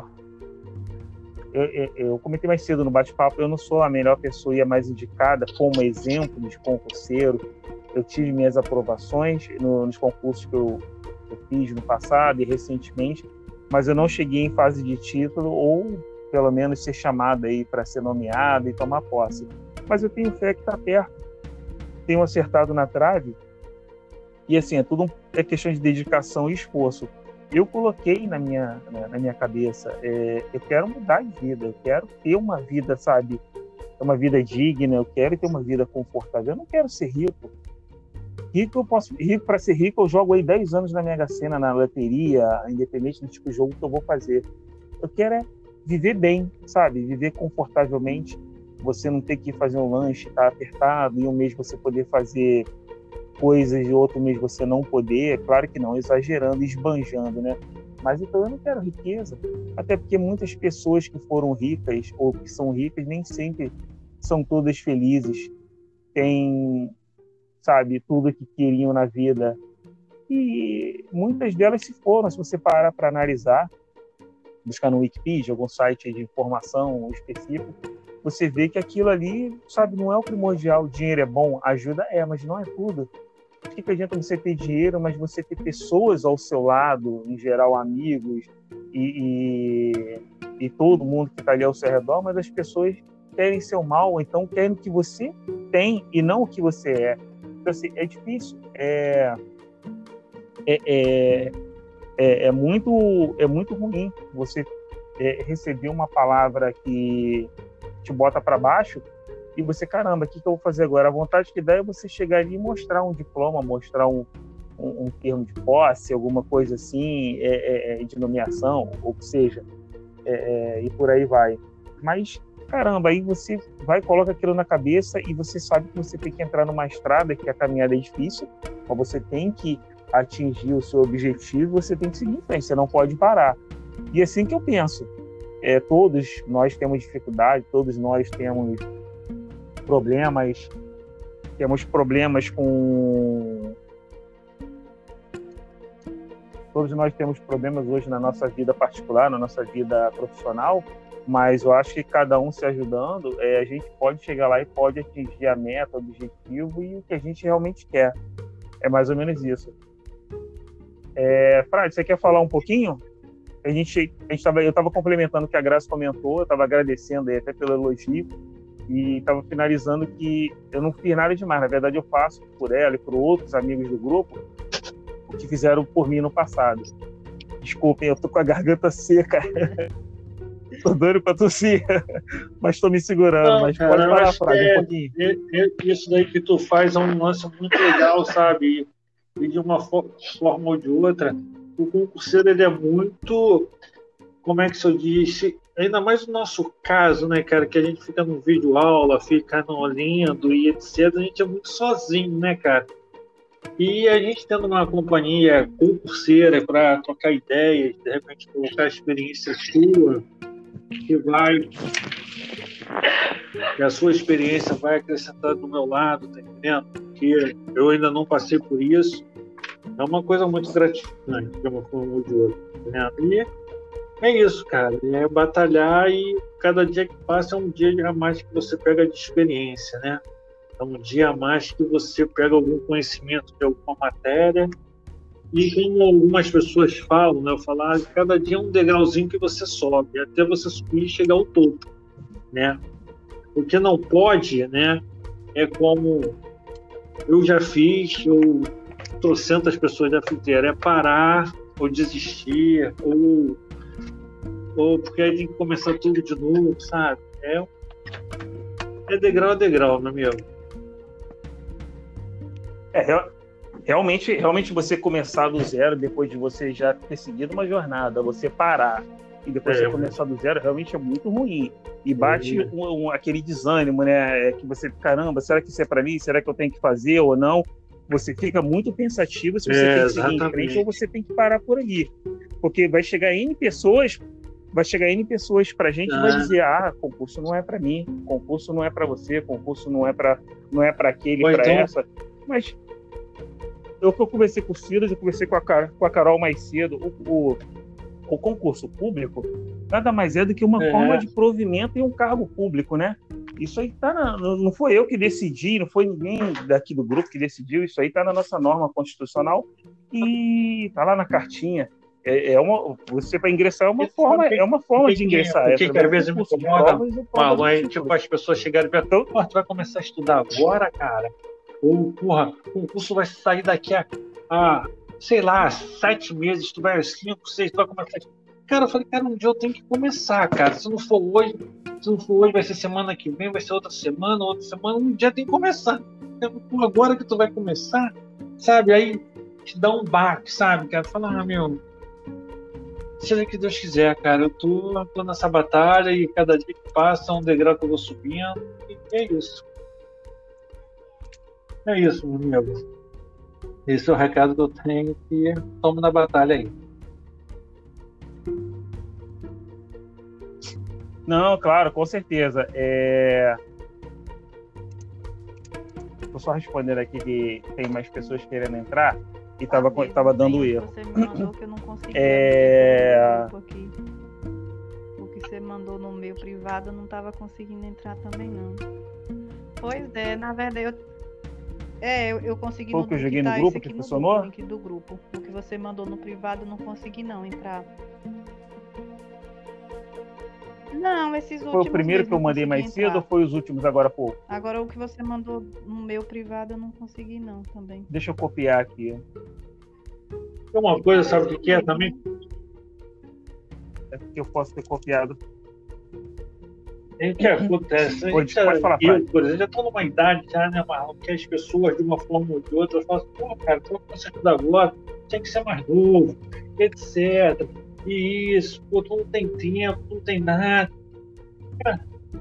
Eu comentei mais cedo no bate-papo, eu não sou a melhor pessoa e a mais indicada como exemplo de concurseiro. Eu tive minhas aprovações nos concursos que eu fiz no passado e recentemente, mas eu não cheguei em fase de título ou pelo menos ser chamado aí para ser nomeado e tomar posse. Mas eu tenho fé que está perto, tenho acertado na trave e assim, é questão de dedicação e esforço. Eu coloquei na minha cabeça, eu quero mudar de vida, eu quero ter uma vida, sabe, uma vida digna, eu quero ter uma vida confortável, eu não quero ser rico. Rico para ser rico, eu jogo aí 10 anos na Mega Sena, na loteria, independente do tipo de jogo que eu vou fazer. Eu quero viver bem, sabe, viver confortavelmente, você não ter que fazer um lanche, tá apertado, e um mês você poder fazer coisas e outro mês você não poder, é claro que não, exagerando, esbanjando, né? Mas então eu não quero riqueza, até porque muitas pessoas que foram ricas ou que são ricas nem sempre são todas felizes, têm, sabe, tudo que queriam na vida, e muitas delas se foram. Se você parar para analisar, buscar no Wikipedia, algum site de informação específico, você vê que aquilo ali, sabe, não é o primordial. O dinheiro é bom, ajuda, mas não é tudo. O que adianta você ter dinheiro, mas você ter pessoas ao seu lado, em geral amigos e todo mundo que está ali ao seu redor, mas as pessoas querem seu mal, ou então querem o que você tem e não o que você é. Então, assim, é difícil. É muito ruim você receber uma palavra que te bota para baixo e você, caramba, o que eu vou fazer agora? A vontade que dá é você chegar ali e mostrar um diploma, mostrar um termo de posse, alguma coisa assim, de nomeação, ou que seja, e por aí vai. Mas, caramba, aí você vai, coloca aquilo na cabeça e você sabe que você tem que entrar numa estrada, que a caminhada é difícil, mas você tem que atingir o seu objetivo, você tem que seguir em frente, você não pode parar. E é assim que eu penso. Todos nós temos dificuldade, todos nós temos problemas com... Todos nós temos problemas hoje na nossa vida particular, na nossa vida profissional, mas eu acho que cada um se ajudando, a gente pode chegar lá e pode atingir a meta, o objetivo e o que a gente realmente quer. É mais ou menos isso. Frade, você quer falar um pouquinho? Eu estava complementando o que a Graça comentou, eu estava agradecendo aí até pelo elogio, e estava finalizando que eu não fiz nada demais. Na verdade, eu faço por ela e por outros amigos do grupo o que fizeram por mim no passado. Desculpem, eu tô com a garganta seca. Tô doido para tossir, mas tô me segurando. Não, mas cara, pode falar, Frade, um pouquinho. Isso daí que tu faz é um lance muito legal, sabe? E de uma forma ou de outra, o concurseiro, ele é muito, como é que se eu disse, ainda mais no nosso caso, né, cara, que a gente fica no vídeo aula, fica no lindo e etc, a gente é muito sozinho, né, cara? E a gente tendo uma companhia concurseira para trocar ideias, de repente colocar a experiência sua, que a sua experiência vai acrescentar do meu lado, tá entendendo? Porque eu ainda não passei por isso. É uma coisa muito gratificante, de uma forma ou de outra, tá entendendo? E é isso, cara. É batalhar e cada dia que passa é um dia a mais que você pega de experiência, né? É um dia a mais que você pega algum conhecimento de alguma matéria. E como algumas pessoas falam, né? Eu falar, cada dia é um degrauzinho que você sobe, até você subir e chegar ao topo, né? O que não pode, né? É como eu já fiz, ou trocentas pessoas já fizeram, é parar ou desistir, ou porque aí tem que começar tudo de novo, sabe? É degrau a degrau, meu amigo. Realmente você começar do zero, depois de você já ter seguido uma jornada, você parar e depois você começar do zero, realmente é muito ruim. E bate aquele desânimo, né? Que você, caramba, será que isso é para mim? Será que eu tenho que fazer ou não? Você fica muito pensativo se você tem que seguir em frente ou você tem que parar por ali. Porque vai chegar N pessoas pra gente e vai dizer, concurso não é para mim, concurso não é para você, concurso não é para aquele, para essa. Mas eu conversei com o Silas, eu conversei com a Carol mais cedo, o concurso público nada mais é do que uma forma de provimento em um cargo público, né? Isso aí não foi eu que decidi, não foi ninguém daqui do grupo que decidiu, isso aí está na nossa norma constitucional e está lá na cartinha. Você para ingressar é uma forma de ingressar. O que às vezes me incomoda, Marlon, é tipo as pessoas chegarem e perguntam, tu vai começar a estudar agora, cara? Ou, porra, o concurso vai sair daqui a sei lá, 7 meses, tu vai 5, 6, tu vai começar. Cara, eu falei, um dia eu tenho que começar, cara. Se não for hoje, vai ser semana que vem, vai ser outra semana, um dia tem que começar. Porra, agora que tu vai começar, sabe? Aí te dá um baque, sabe, cara? Fala, meu, seja o que Deus quiser, cara. Eu tô nessa batalha e cada dia que passa é um degrau que eu vou subindo. E é isso. É isso, meu amigo. Esse é o recado que eu tenho, que tome na batalha aí. Não, claro, com certeza. Estou só respondendo aqui que tem mais pessoas querendo entrar e estava dando erro. Você me mandou que eu não consegui. O que você mandou no meu privado eu não estava conseguindo entrar também, não. Pois é, na verdade eu consegui. Foi o que eu joguei no grupo que funcionou? O link do grupo. O que você mandou no privado eu não consegui não entrar. Não, esses últimos. Foi o primeiro que eu mandei mais cedo ou foi os últimos agora há pouco? Agora o que você mandou no meu privado eu não consegui não também. Deixa eu copiar aqui. Tem uma coisa, sabe o que é também? É porque eu posso ter copiado. O que acontece? Pode falar, eu, por exemplo, já estou numa idade já, né, Marlon, que as pessoas, de uma forma ou de outra, falam assim, pô, cara, tu vai começar a estudar agora, tinha que ser mais novo, etc. E isso, pô, tu não tem tempo, não tem nada. Cara,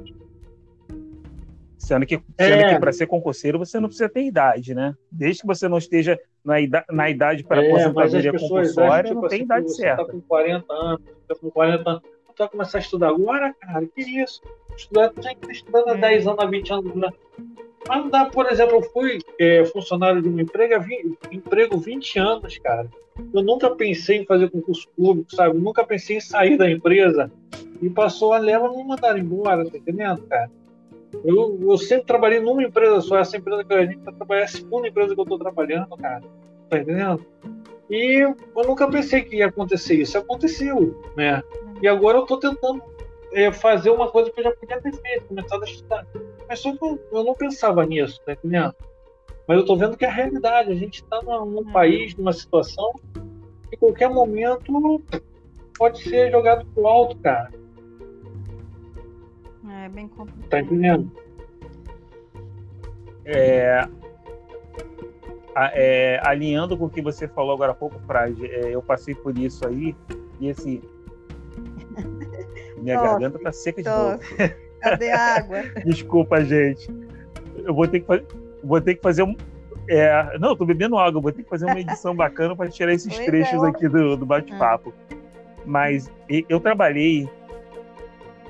Sendo que para ser concurseiro você não precisa ter idade, né? Desde que você não esteja na idade para aposentadoria compulsória, não tem idade certa. Você está com 40 anos, tu vai começar a estudar agora, cara? Que isso? Estudar, tu tinha que estar estudando há 10 anos, há 20 anos. Né? Mas não dá, por exemplo, eu fui funcionário de uma emprego 20 anos, cara. Eu nunca pensei em fazer concurso público, sabe? Eu nunca pensei em sair da empresa. E passou a leva e me mandaram embora, tá entendendo, cara? Eu sempre trabalhei numa empresa só, essa empresa que a gente vai trabalhar, é a segunda empresa que eu tô trabalhando, cara. Tá entendendo? E eu nunca pensei que ia acontecer isso. Aconteceu, né? E agora eu tô tentando fazer uma coisa que eu já podia ter feito, começado a estudar. Mas só que eu não pensava nisso, tá entendendo? Mas eu tô vendo que é a realidade. A gente tá num país, numa situação que qualquer momento pode ser jogado pro alto, cara. É bem complicado. Tá entendendo? Alinhando com o que você falou agora há pouco, Frade, eu passei por isso aí e assim minha garganta tá seca de novo. Cadê a água? Desculpa, gente. Eu vou ter que fazer não, eu tô bebendo água. Eu vou ter que fazer uma edição bacana para tirar esses trechos aqui do bate-papo. Mas eu trabalhei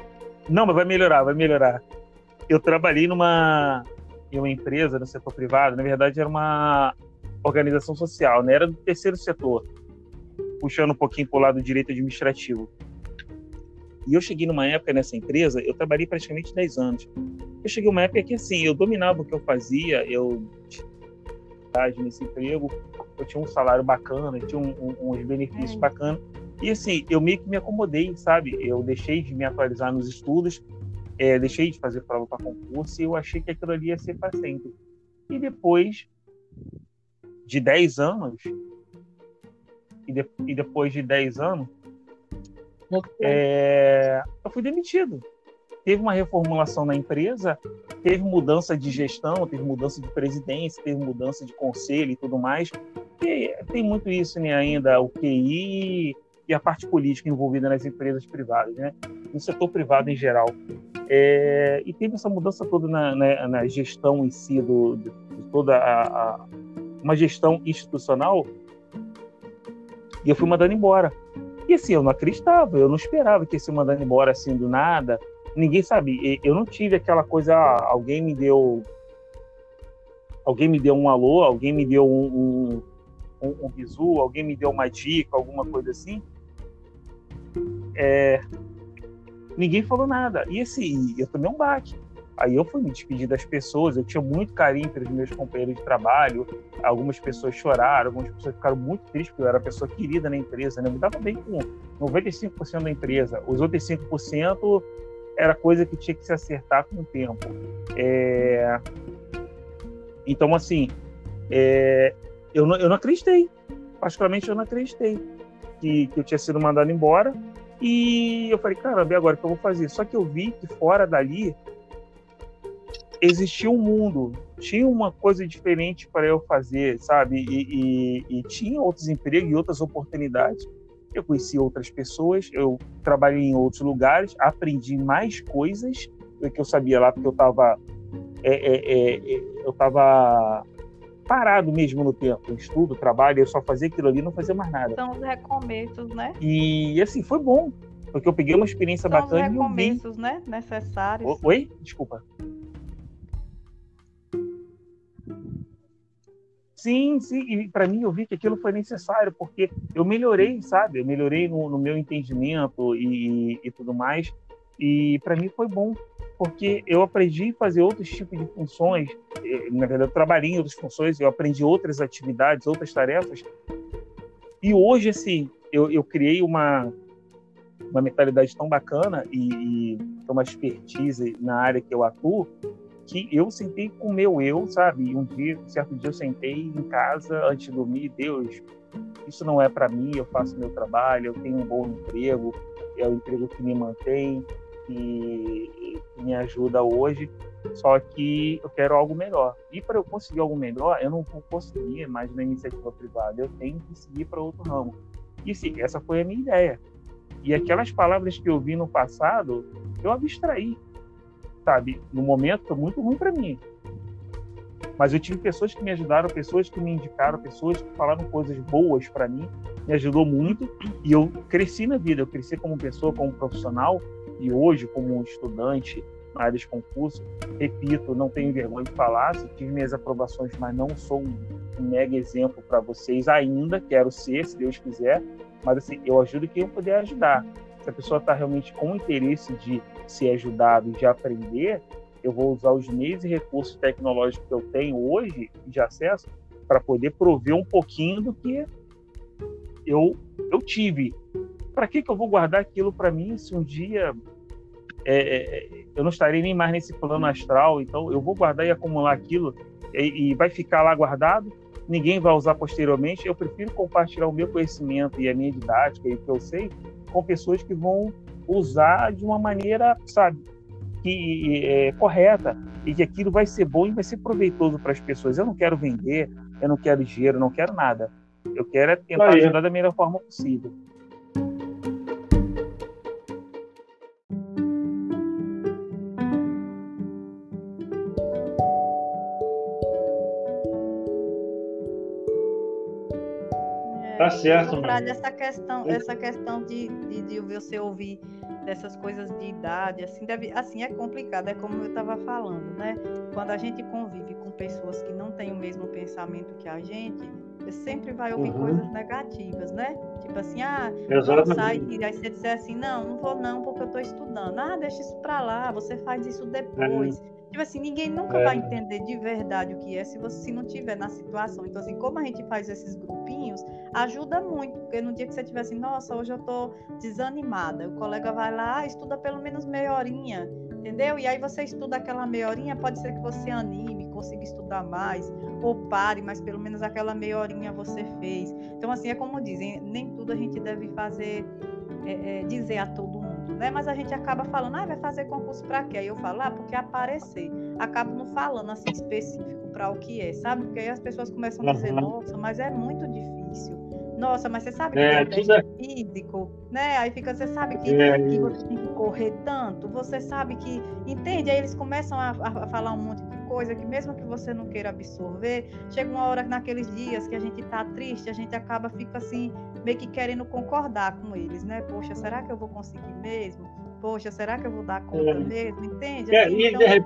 Não, mas vai melhorar, vai melhorar. Eu trabalhei em uma empresa no setor privado, na verdade era uma organização social, né? Era do terceiro setor, puxando um pouquinho para o lado direito administrativo. E eu cheguei numa época nessa empresa, eu trabalhei praticamente 10 anos. Eu cheguei numa época que, assim, eu dominava o que eu fazia, eu tinha nesse emprego, eu tinha um salário bacana, eu tinha uns benefícios bacanas. E, assim, eu meio que me acomodei, sabe? Eu deixei de me atualizar nos estudos, deixei de fazer prova para concurso e eu achei que aquilo ali ia ser para sempre. E depois de 10 anos, depois de 10 anos, eu fui demitido. Teve uma reformulação na empresa, teve mudança de gestão, teve mudança de presidência, teve mudança de conselho e tudo mais. E tem muito isso, né, ainda, o QI e a parte política envolvida nas empresas privadas, né, no setor privado em geral. E teve essa mudança toda na gestão em si, de toda uma gestão institucional, e eu fui mandando embora. E assim, eu não acreditava, eu não esperava que ia ser mandando embora assim do nada. Ninguém sabe. Eu não tive aquela coisa, alguém me deu um alô, alguém me deu um bizu, alguém me deu uma dica, alguma coisa assim. Ninguém falou nada. E assim, eu tomei um baque. Aí eu fui me despedir das pessoas, eu tinha muito carinho pelos meus companheiros de trabalho, algumas pessoas choraram, algumas pessoas ficaram muito tristes, porque eu era a pessoa querida na empresa, né? Eu me dava bem com 95% da empresa, os outros 5% era coisa que tinha que se acertar com o tempo. Então, assim, eu não acreditei, particularmente eu não acreditei que eu tinha sido mandado embora, e eu falei, caramba, e agora o que eu vou fazer? Só que eu vi que fora dali existia um mundo, tinha uma coisa diferente para eu fazer, sabe? E tinha outros empregos e outras oportunidades. Eu conheci outras pessoas, eu trabalhei em outros lugares, aprendi mais coisas do que eu sabia lá, porque eu estava parado mesmo no tempo, estudo, trabalho, eu só fazia aquilo ali, não fazia mais nada. São os recomeços, né? E assim, foi bom, porque eu peguei uma experiência bacana e eu vi... São os recomeços, né? Necessários. Oi? Desculpa. Sim, e para mim eu vi que aquilo foi necessário, porque eu melhorei, sabe? Eu melhorei no meu entendimento e tudo mais, e para mim foi bom, porque eu aprendi a fazer outros tipos de funções, na verdade eu trabalhei em outras funções, eu aprendi outras atividades, outras tarefas, e hoje, assim, eu criei uma mentalidade tão bacana e uma expertise na área que eu atuo, que eu sentei com o meu eu, sabe? E um certo dia eu sentei em casa antes de dormir, Deus, isso não é para mim, eu faço meu trabalho, eu tenho um bom emprego, é o emprego que me mantém, que me ajuda hoje, só que eu quero algo melhor. E para eu conseguir algo melhor, eu não vou conseguir mais na iniciativa privada, eu tenho que seguir para outro ramo. E sim, essa foi a minha ideia. E aquelas palavras que eu vi no passado, eu abstraí. Sabe, no momento foi muito ruim para mim, mas eu tive pessoas que me ajudaram, pessoas que me indicaram, pessoas que falaram coisas boas para mim, me ajudou muito, e eu cresci na vida, eu cresci como pessoa, como profissional, e hoje como um estudante na área de concurso, repito, não tenho vergonha de falar, tive minhas aprovações, mas não sou um mega exemplo para vocês ainda, quero ser, se Deus quiser, mas assim, eu ajudo quem eu puder ajudar. Se a pessoa está realmente com interesse de ser ajudado e de aprender, eu vou usar os meios e recursos tecnológicos que eu tenho hoje de acesso para poder prover um pouquinho do que eu tive. Para que eu vou guardar aquilo para mim se um dia eu não estarei nem mais nesse plano astral? Então eu vou guardar e acumular aquilo e vai ficar lá guardado, ninguém vai usar posteriormente. Eu prefiro compartilhar o meu conhecimento e a minha didática e o que eu sei com pessoas que vão usar de uma maneira, sabe, que correta, e que aquilo vai ser bom e vai ser proveitoso para as pessoas. Eu não quero vender, eu não quero dinheiro, eu não quero nada. Eu quero tentar ajudar da melhor forma possível. Tá certo, mano. Essa questão de você ouvir dessas coisas de idade, assim, assim é complicado, é como eu estava falando, né? Quando a gente convive com pessoas que não têm o mesmo pensamento que a gente, você sempre vai ouvir coisas negativas, né? Tipo assim, vamos sair, aí você disser assim, não vou não, porque eu estou estudando. Deixa isso para lá, você faz isso depois. Tipo assim, ninguém nunca vai entender de verdade o que é se você não estiver na situação. Então, assim, como a gente faz esses grupinhos, ajuda muito, porque no dia que você estiver assim, nossa, hoje eu tô desanimada, o colega vai lá, estuda pelo menos meia horinha, entendeu? E aí você estuda aquela meia horinha, pode ser que você anime, consiga estudar mais, ou pare, mas pelo menos aquela meia horinha você fez. Então, assim, é como dizem, nem tudo a gente deve fazer, dizer a todo mundo, né? Mas a gente acaba falando, vai fazer concurso para quê? Aí eu falo, porque aparecer. Acabo não falando assim específico para o que é, sabe? Porque aí as pessoas começam a dizer, nossa, mas é muito difícil. Nossa, mas você sabe que tem um teste físico, né? Aí fica, você sabe que você tem que correr tanto, você sabe que... Entende? Aí eles começam a falar um monte de coisa que mesmo que você não queira absorver, chega uma hora naqueles dias que a gente tá triste, a gente fica assim, meio que querendo concordar com eles, né? Poxa, será que eu vou conseguir mesmo? Poxa, será que eu vou dar conta mesmo? Entende? Assim,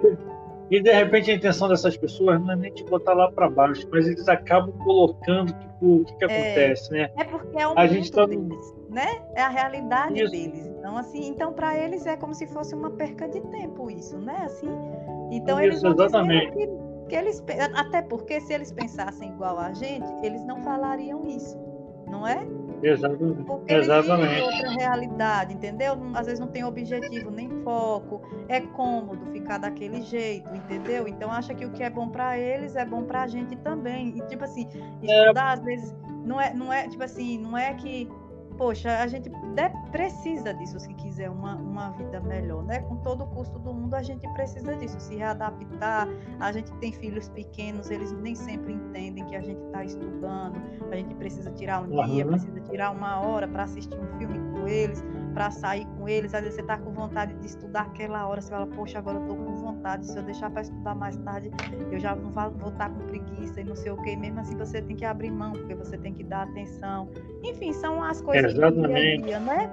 E de repente a intenção dessas pessoas não é nem te botar lá para baixo, mas eles acabam colocando o que acontece, né? É porque é o mundo deles, né? É a realidade deles. Então, assim, então para eles é como se fosse uma perca de tempo isso, né? Assim, então eles vão dizer que eles, até porque se eles pensassem igual a gente, eles não falariam isso, não é? Exatamente. Porque eles vivem outra realidade, entendeu? Às vezes não tem objetivo nem foco, é cômodo ficar daquele jeito, entendeu? Então acha que o que é bom para eles é bom para a gente também. E tipo assim, estudar às vezes não é tipo assim, não é que, poxa, a gente precisa disso se quiser uma vida melhor, né? Com todo o custo do mundo a gente precisa disso, se readaptar. A gente tem filhos pequenos, eles nem sempre entendem que a gente está estudando, a gente precisa tirar um dia, precisa tirar uma hora para assistir um filme com eles, para sair com eles. Às vezes você está com vontade de estudar aquela hora, você fala, poxa, agora eu estou com vontade, se eu deixar para estudar mais tarde, eu já não vou estar com preguiça e não sei o que. Mesmo assim você tem que abrir mão, porque você tem que dar atenção. Enfim, são as coisas do dia a dia, né?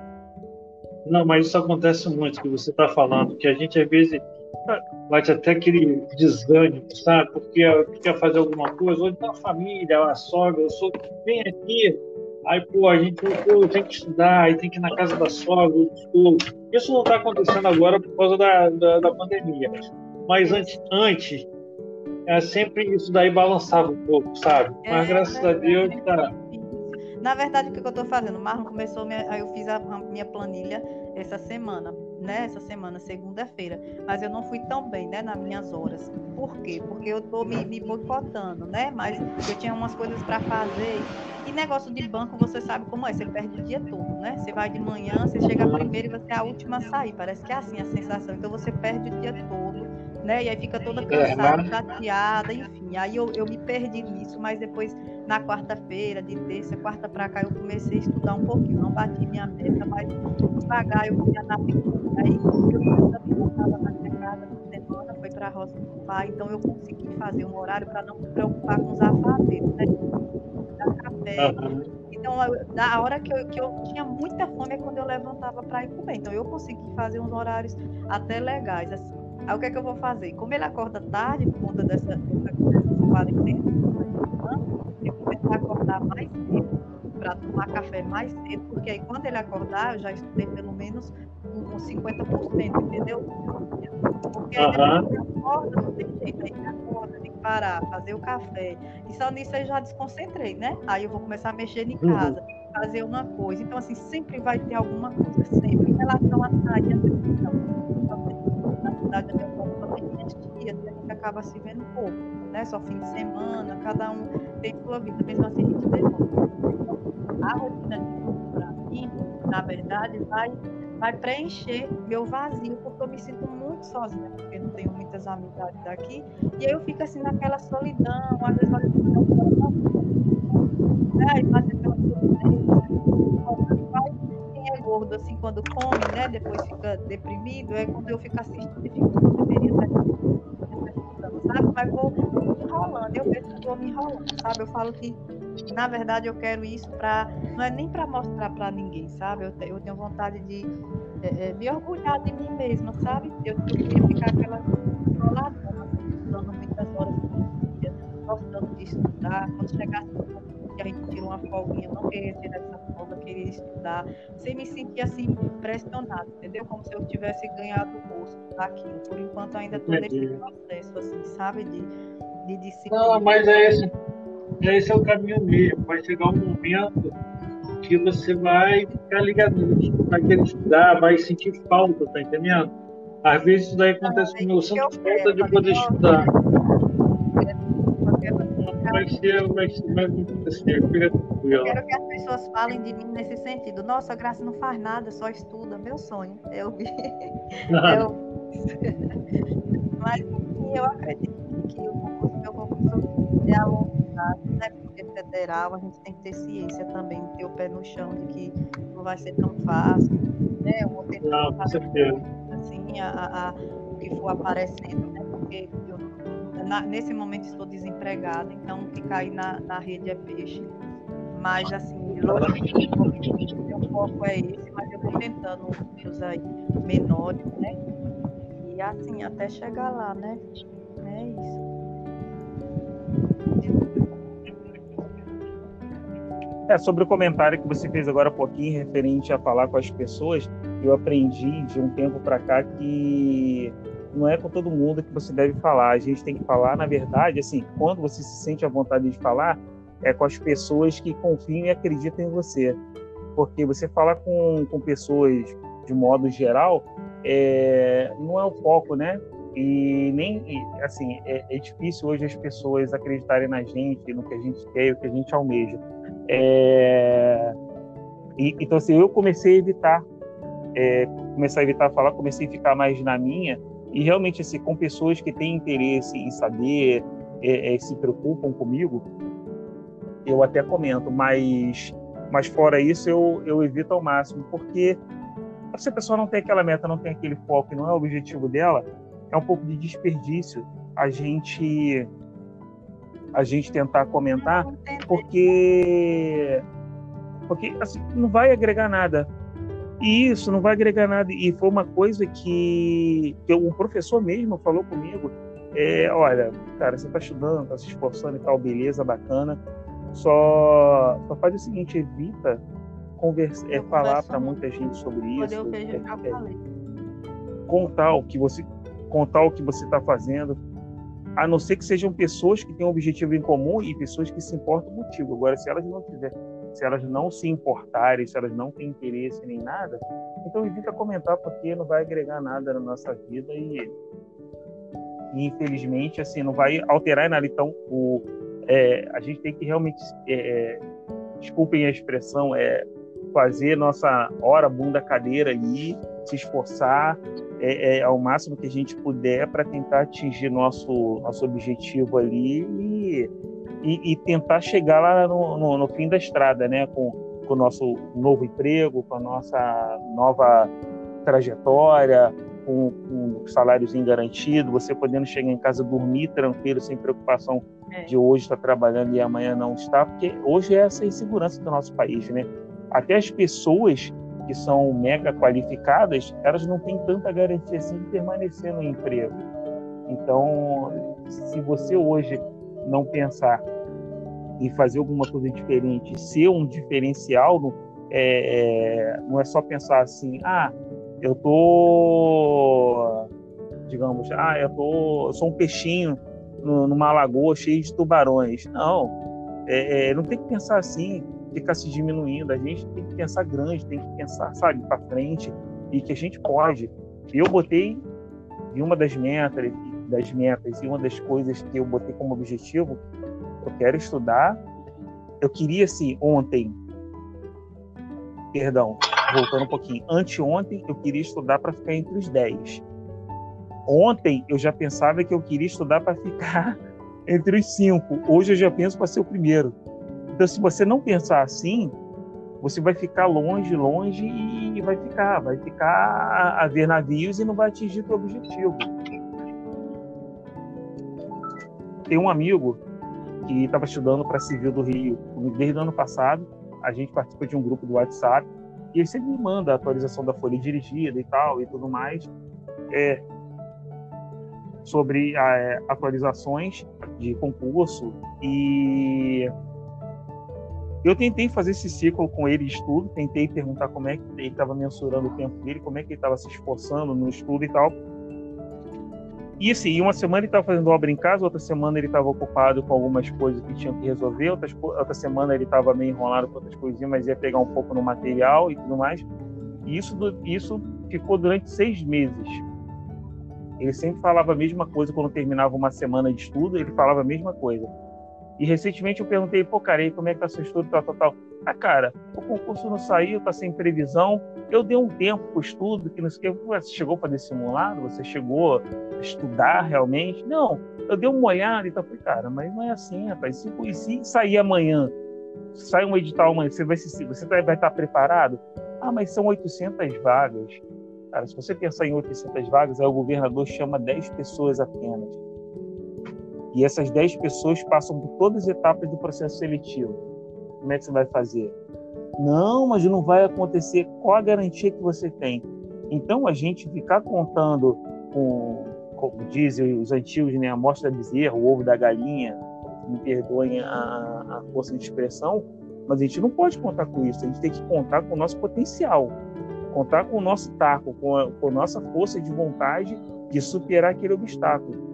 Não, mas isso acontece muito, que você está falando, que a gente às vezes bate até aquele desânimo, sabe? Porque quer fazer alguma coisa, ou então a família, a sogra, eu sou vem aqui, aí a gente tem que estudar, aí tem que ir na casa da sogra, isso não está acontecendo agora por causa da pandemia, mas antes sempre isso daí balançava um pouco, sabe? Mas graças a Deus tá. Na verdade, o que eu estou fazendo? O Marlon começou, aí eu fiz a minha planilha essa semana, né? Essa semana, segunda-feira. Mas eu não fui tão bem, né? Nas minhas horas. Por quê? Porque eu estou me boicotando, né? Mas eu tinha umas coisas para fazer. E negócio de banco, você sabe como é. Você perde o dia todo, né? Você vai de manhã, você chega primeiro e você é a última a sair. Parece que é assim a sensação. Então, você perde o dia todo, né? E aí fica toda cansada, chateada, enfim. Aí eu me perdi nisso, mas depois, na quarta-feira, de terça, quarta para cá, eu comecei a estudar um pouquinho. Não bati minha meta, mas devagar eu fui adaptando. Aí eu também voltava na minha casa na semana, foi para a roça do pai, então eu consegui fazer um horário para não me preocupar com os afazeres, né? Dar café. Então, a hora que eu tinha muita fome é quando eu levantava para ir comer. Então, eu consegui fazer uns horários até legais, assim. Aí o que é que eu vou fazer? Como ele acorda tarde, por conta dessa quarentena, eu vou tentar acordar mais cedo, para tomar café mais cedo, porque aí quando ele acordar, eu já estudei pelo menos uns 50%, entendeu? Porque aí depois ele acorda, não tem jeito, aí ele acorda, tem que parar, fazer o café. E só nisso eu já desconcentrei, né? Aí eu vou começar a mexer em casa, fazer uma coisa. Então, assim, sempre vai ter alguma coisa, sempre. Em relação a sair, na cidade onde eu moro, só tem minhas tias, a gente acaba se vendo pouco, né? Só fim de semana, cada um tem sua vida, mesmo assim a gente vê muito. A rotina de tudo para mim, na verdade, vai preencher meu vazio, porque eu me sinto muito sozinha, porque não tenho muitas amizades daqui, e aí eu fico assim naquela solidão, às vezes olho né? E faz aquela quem é gordo, assim, quando come, né? Depois fica deprimido, é quando eu fico assistindo e fico, não deveria estar estudando, sabe? Mas vou enrolando. Eu vejo que eu estou me enrolando, sabe? Eu falo que, na verdade, eu quero isso não é nem para mostrar para ninguém, sabe? Eu tenho vontade de me orgulhar de mim mesma, sabe? Eu queria ficar aquela enroladona, estudando muitas horas por dia, gostando de estudar. Quando chegasse no momento que a gente tira uma folguinha, eu não queria tirar essa folga, queria estudar, sem me sentir assim pressionada, entendeu? Como se eu tivesse ganhado o gosto daquilo. Por enquanto, ainda estou nesse processo, assim, sabe? De disciplina. Não, mas esse é o caminho mesmo. Vai chegar um momento que você vai ficar ligadinho, vai querer estudar, vai sentir falta, tá entendendo? Às vezes isso daí acontece comigo, eu sinto falta de poder estudar. Vai acontecer, fica tranquilo. Eu quero que as pessoas falem de mim nesse sentido. Nossa, a Graça não faz nada, só estuda. Meu sonho é ouvir. Mas eu acredito que o meu concurso é a longo prazo, né? Porque federal, a gente tem que ter ciência também, ter o pé no chão de que não vai ser tão fácil, né? Eu vou tentar fazer assim, o que for aparecendo, né? Porque nesse momento estou desempregada, então o que cair na rede é peixe. Mas, assim, logicamente, o meu foco é esse, mas eu vou tentando números aí menores, né? E assim, até chegar lá, né? É isso. Sobre o comentário que você fez agora há pouquinho, referente a falar com as pessoas, eu aprendi de um tempo para cá que não é com todo mundo que você deve falar. A gente tem que falar, na verdade, assim, quando você se sente à vontade de falar, é com as pessoas que confiam e acreditam em você. Porque você falar com pessoas de modo geral, não é o foco, né? E nem, assim, é difícil hoje as pessoas acreditarem na gente, no que a gente quer, o que a gente almeja. Então, assim, eu comecei a evitar falar, comecei a ficar mais na minha, e realmente, assim, com pessoas que têm interesse em saber, se preocupam comigo, eu até comento, mas fora isso, eu evito ao máximo, porque se a pessoa não tem aquela meta, não tem aquele foco, não é o objetivo dela, é um pouco de desperdício a gente tentar comentar, porque assim, não vai agregar nada. E isso não vai agregar nada. E foi uma coisa que o professor mesmo falou comigo, olha, cara, você está estudando, está se esforçando e tal, beleza, bacana, só faz o seguinte, evita falar para muita gente sobre isso, contar o que você está fazendo, a não ser que sejam pessoas que têm um objetivo em comum e pessoas que se importam contigo. Agora, se elas não se importarem, se elas não têm interesse nem nada, então evita comentar, porque não vai agregar nada na nossa vida e infelizmente, assim, não vai alterar nada. Então, a gente tem que realmente, desculpem a expressão, fazer nossa hora bunda cadeira ali, se esforçar ao máximo que a gente puder para tentar atingir nosso objetivo ali e tentar chegar lá no fim da estrada, né? Com o nosso novo emprego, com a nossa nova trajetória, com o saláriozinho garantido, você podendo chegar em casa, dormir tranquilo, sem preocupação de hoje estar trabalhando e amanhã não estar, porque hoje é essa insegurança do nosso país, né? Até as pessoas que são mega qualificadas, elas não têm tanta garantia assim de permanecer no emprego. Então, se você hoje não pensar em fazer alguma coisa diferente, ser um diferencial, não é só pensar assim, eu sou um peixinho numa lagoa cheia de tubarões. Não, não tem que pensar assim, ficar se diminuindo. A gente tem que pensar grande, tem que pensar, sabe, para frente, e que a gente pode. Eu botei em uma das metas e uma das coisas que eu botei como objetivo, eu quero estudar. Eu queria, assim, voltando um pouquinho, anteontem eu queria estudar para ficar entre os 10. Ontem eu já pensava que eu queria estudar para ficar entre os 5. Hoje eu já penso para ser o primeiro. Então, se você não pensar assim, você vai ficar longe e vai ficar a ver navios e não vai atingir o seu objetivo. Tem um amigo que estava estudando para Civil do Rio desde o ano passado. A gente participa de um grupo do WhatsApp e ele sempre me manda a atualização da folha dirigida e tal e tudo mais, sobre atualizações de concurso. E eu tentei fazer esse ciclo com ele de estudo, tentei perguntar como é que ele estava mensurando o tempo dele, como é que ele estava se esforçando no estudo e tal. E assim, uma semana ele estava fazendo obra em casa, outra semana ele estava ocupado com algumas coisas que tinha que resolver, outra semana ele estava meio enrolado com outras coisinhas, mas ia pegar um pouco no material e tudo mais. E isso ficou durante 6 meses. Ele sempre falava a mesma coisa quando terminava uma semana de estudo, ele falava a mesma coisa. E recentemente eu perguntei, pô, cara, e como é que tá seu estudo, tal? Ah, cara, o concurso não saiu, tá sem previsão. Eu dei um tempo pro estudo, que não sei o que. Você chegou para fazer simulado? Você chegou a estudar realmente? Não, eu dei uma olhada e tal. Falei, cara, mas não é assim, rapaz. Se sair amanhã, sai um edital amanhã, você vai estar preparado? Ah, mas são 800 vagas. Cara, se você pensar em 800 vagas, aí o governador chama 10 pessoas apenas. E essas 10 pessoas passam por todas as etapas do processo seletivo. Como é que você vai fazer? Não, mas não vai acontecer. Qual a garantia que você tem? Então, a gente ficar contando como dizem os antigos, né, a morte da bezerra, o ovo da galinha, me perdoem a força de expressão, mas a gente não pode contar com isso. A gente tem que contar com o nosso potencial, contar com o nosso taco, com a nossa força de vontade de superar aquele obstáculo.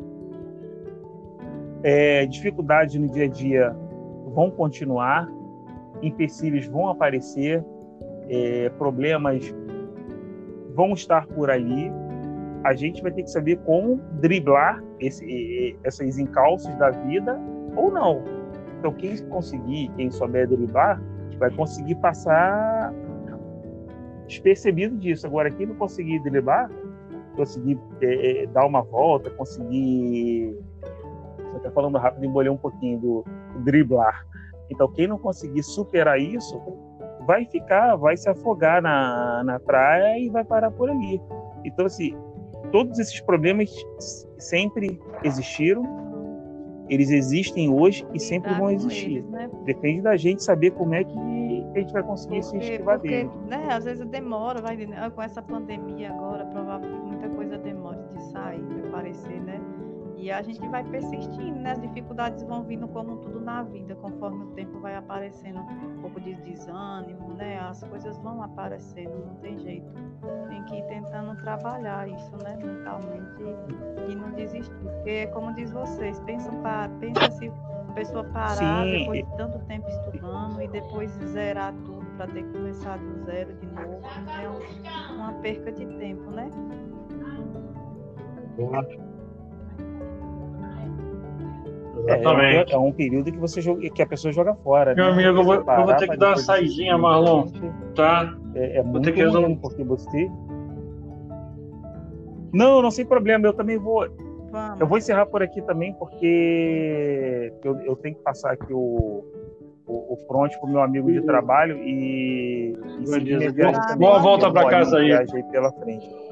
Dificuldades no dia a dia vão continuar, empecilhos vão aparecer, problemas vão estar por ali. A gente vai ter que saber como driblar esses encalços da vida ou não. Então, quem conseguir, quem souber driblar, vai conseguir passar despercebido disso. Agora, quem não conseguir driblar, conseguir dar uma volta, conseguir... Você está falando rápido, embolei um pouquinho do driblar. Então, quem não conseguir superar isso, vai se afogar na praia e vai parar por ali. Então, assim, todos esses problemas sempre existiram, eles existem hoje e sempre vão existir. Eles, né? Depende da gente saber como é que a gente vai conseguir se esquivar dele. Né, às vezes demora, com essa pandemia agora, provavelmente muita coisa demora de sair, de aparecer, né? E a gente vai persistindo, né? As dificuldades vão vindo como tudo na vida, conforme o tempo vai aparecendo um pouco de desânimo, né? As coisas vão aparecendo, não tem jeito. Tem que ir tentando trabalhar isso, né? Mentalmente e não desistir. Porque, como diz vocês, pensa se a pessoa parar depois de tanto tempo estudando e depois zerar tudo para ter que começar do zero de novo. É uma perca de tempo, né? É um período que a pessoa joga fora. Meu amigo, eu vou ter que dar uma saidinha, Marlon. Tá? Vou ter que resolver porque você... Não, sem problema. Eu também vou... Vamos. Eu vou encerrar por aqui também, porque eu tenho que passar aqui o front pro meu amigo de trabalho e boa volta para casa aí. Pela frente.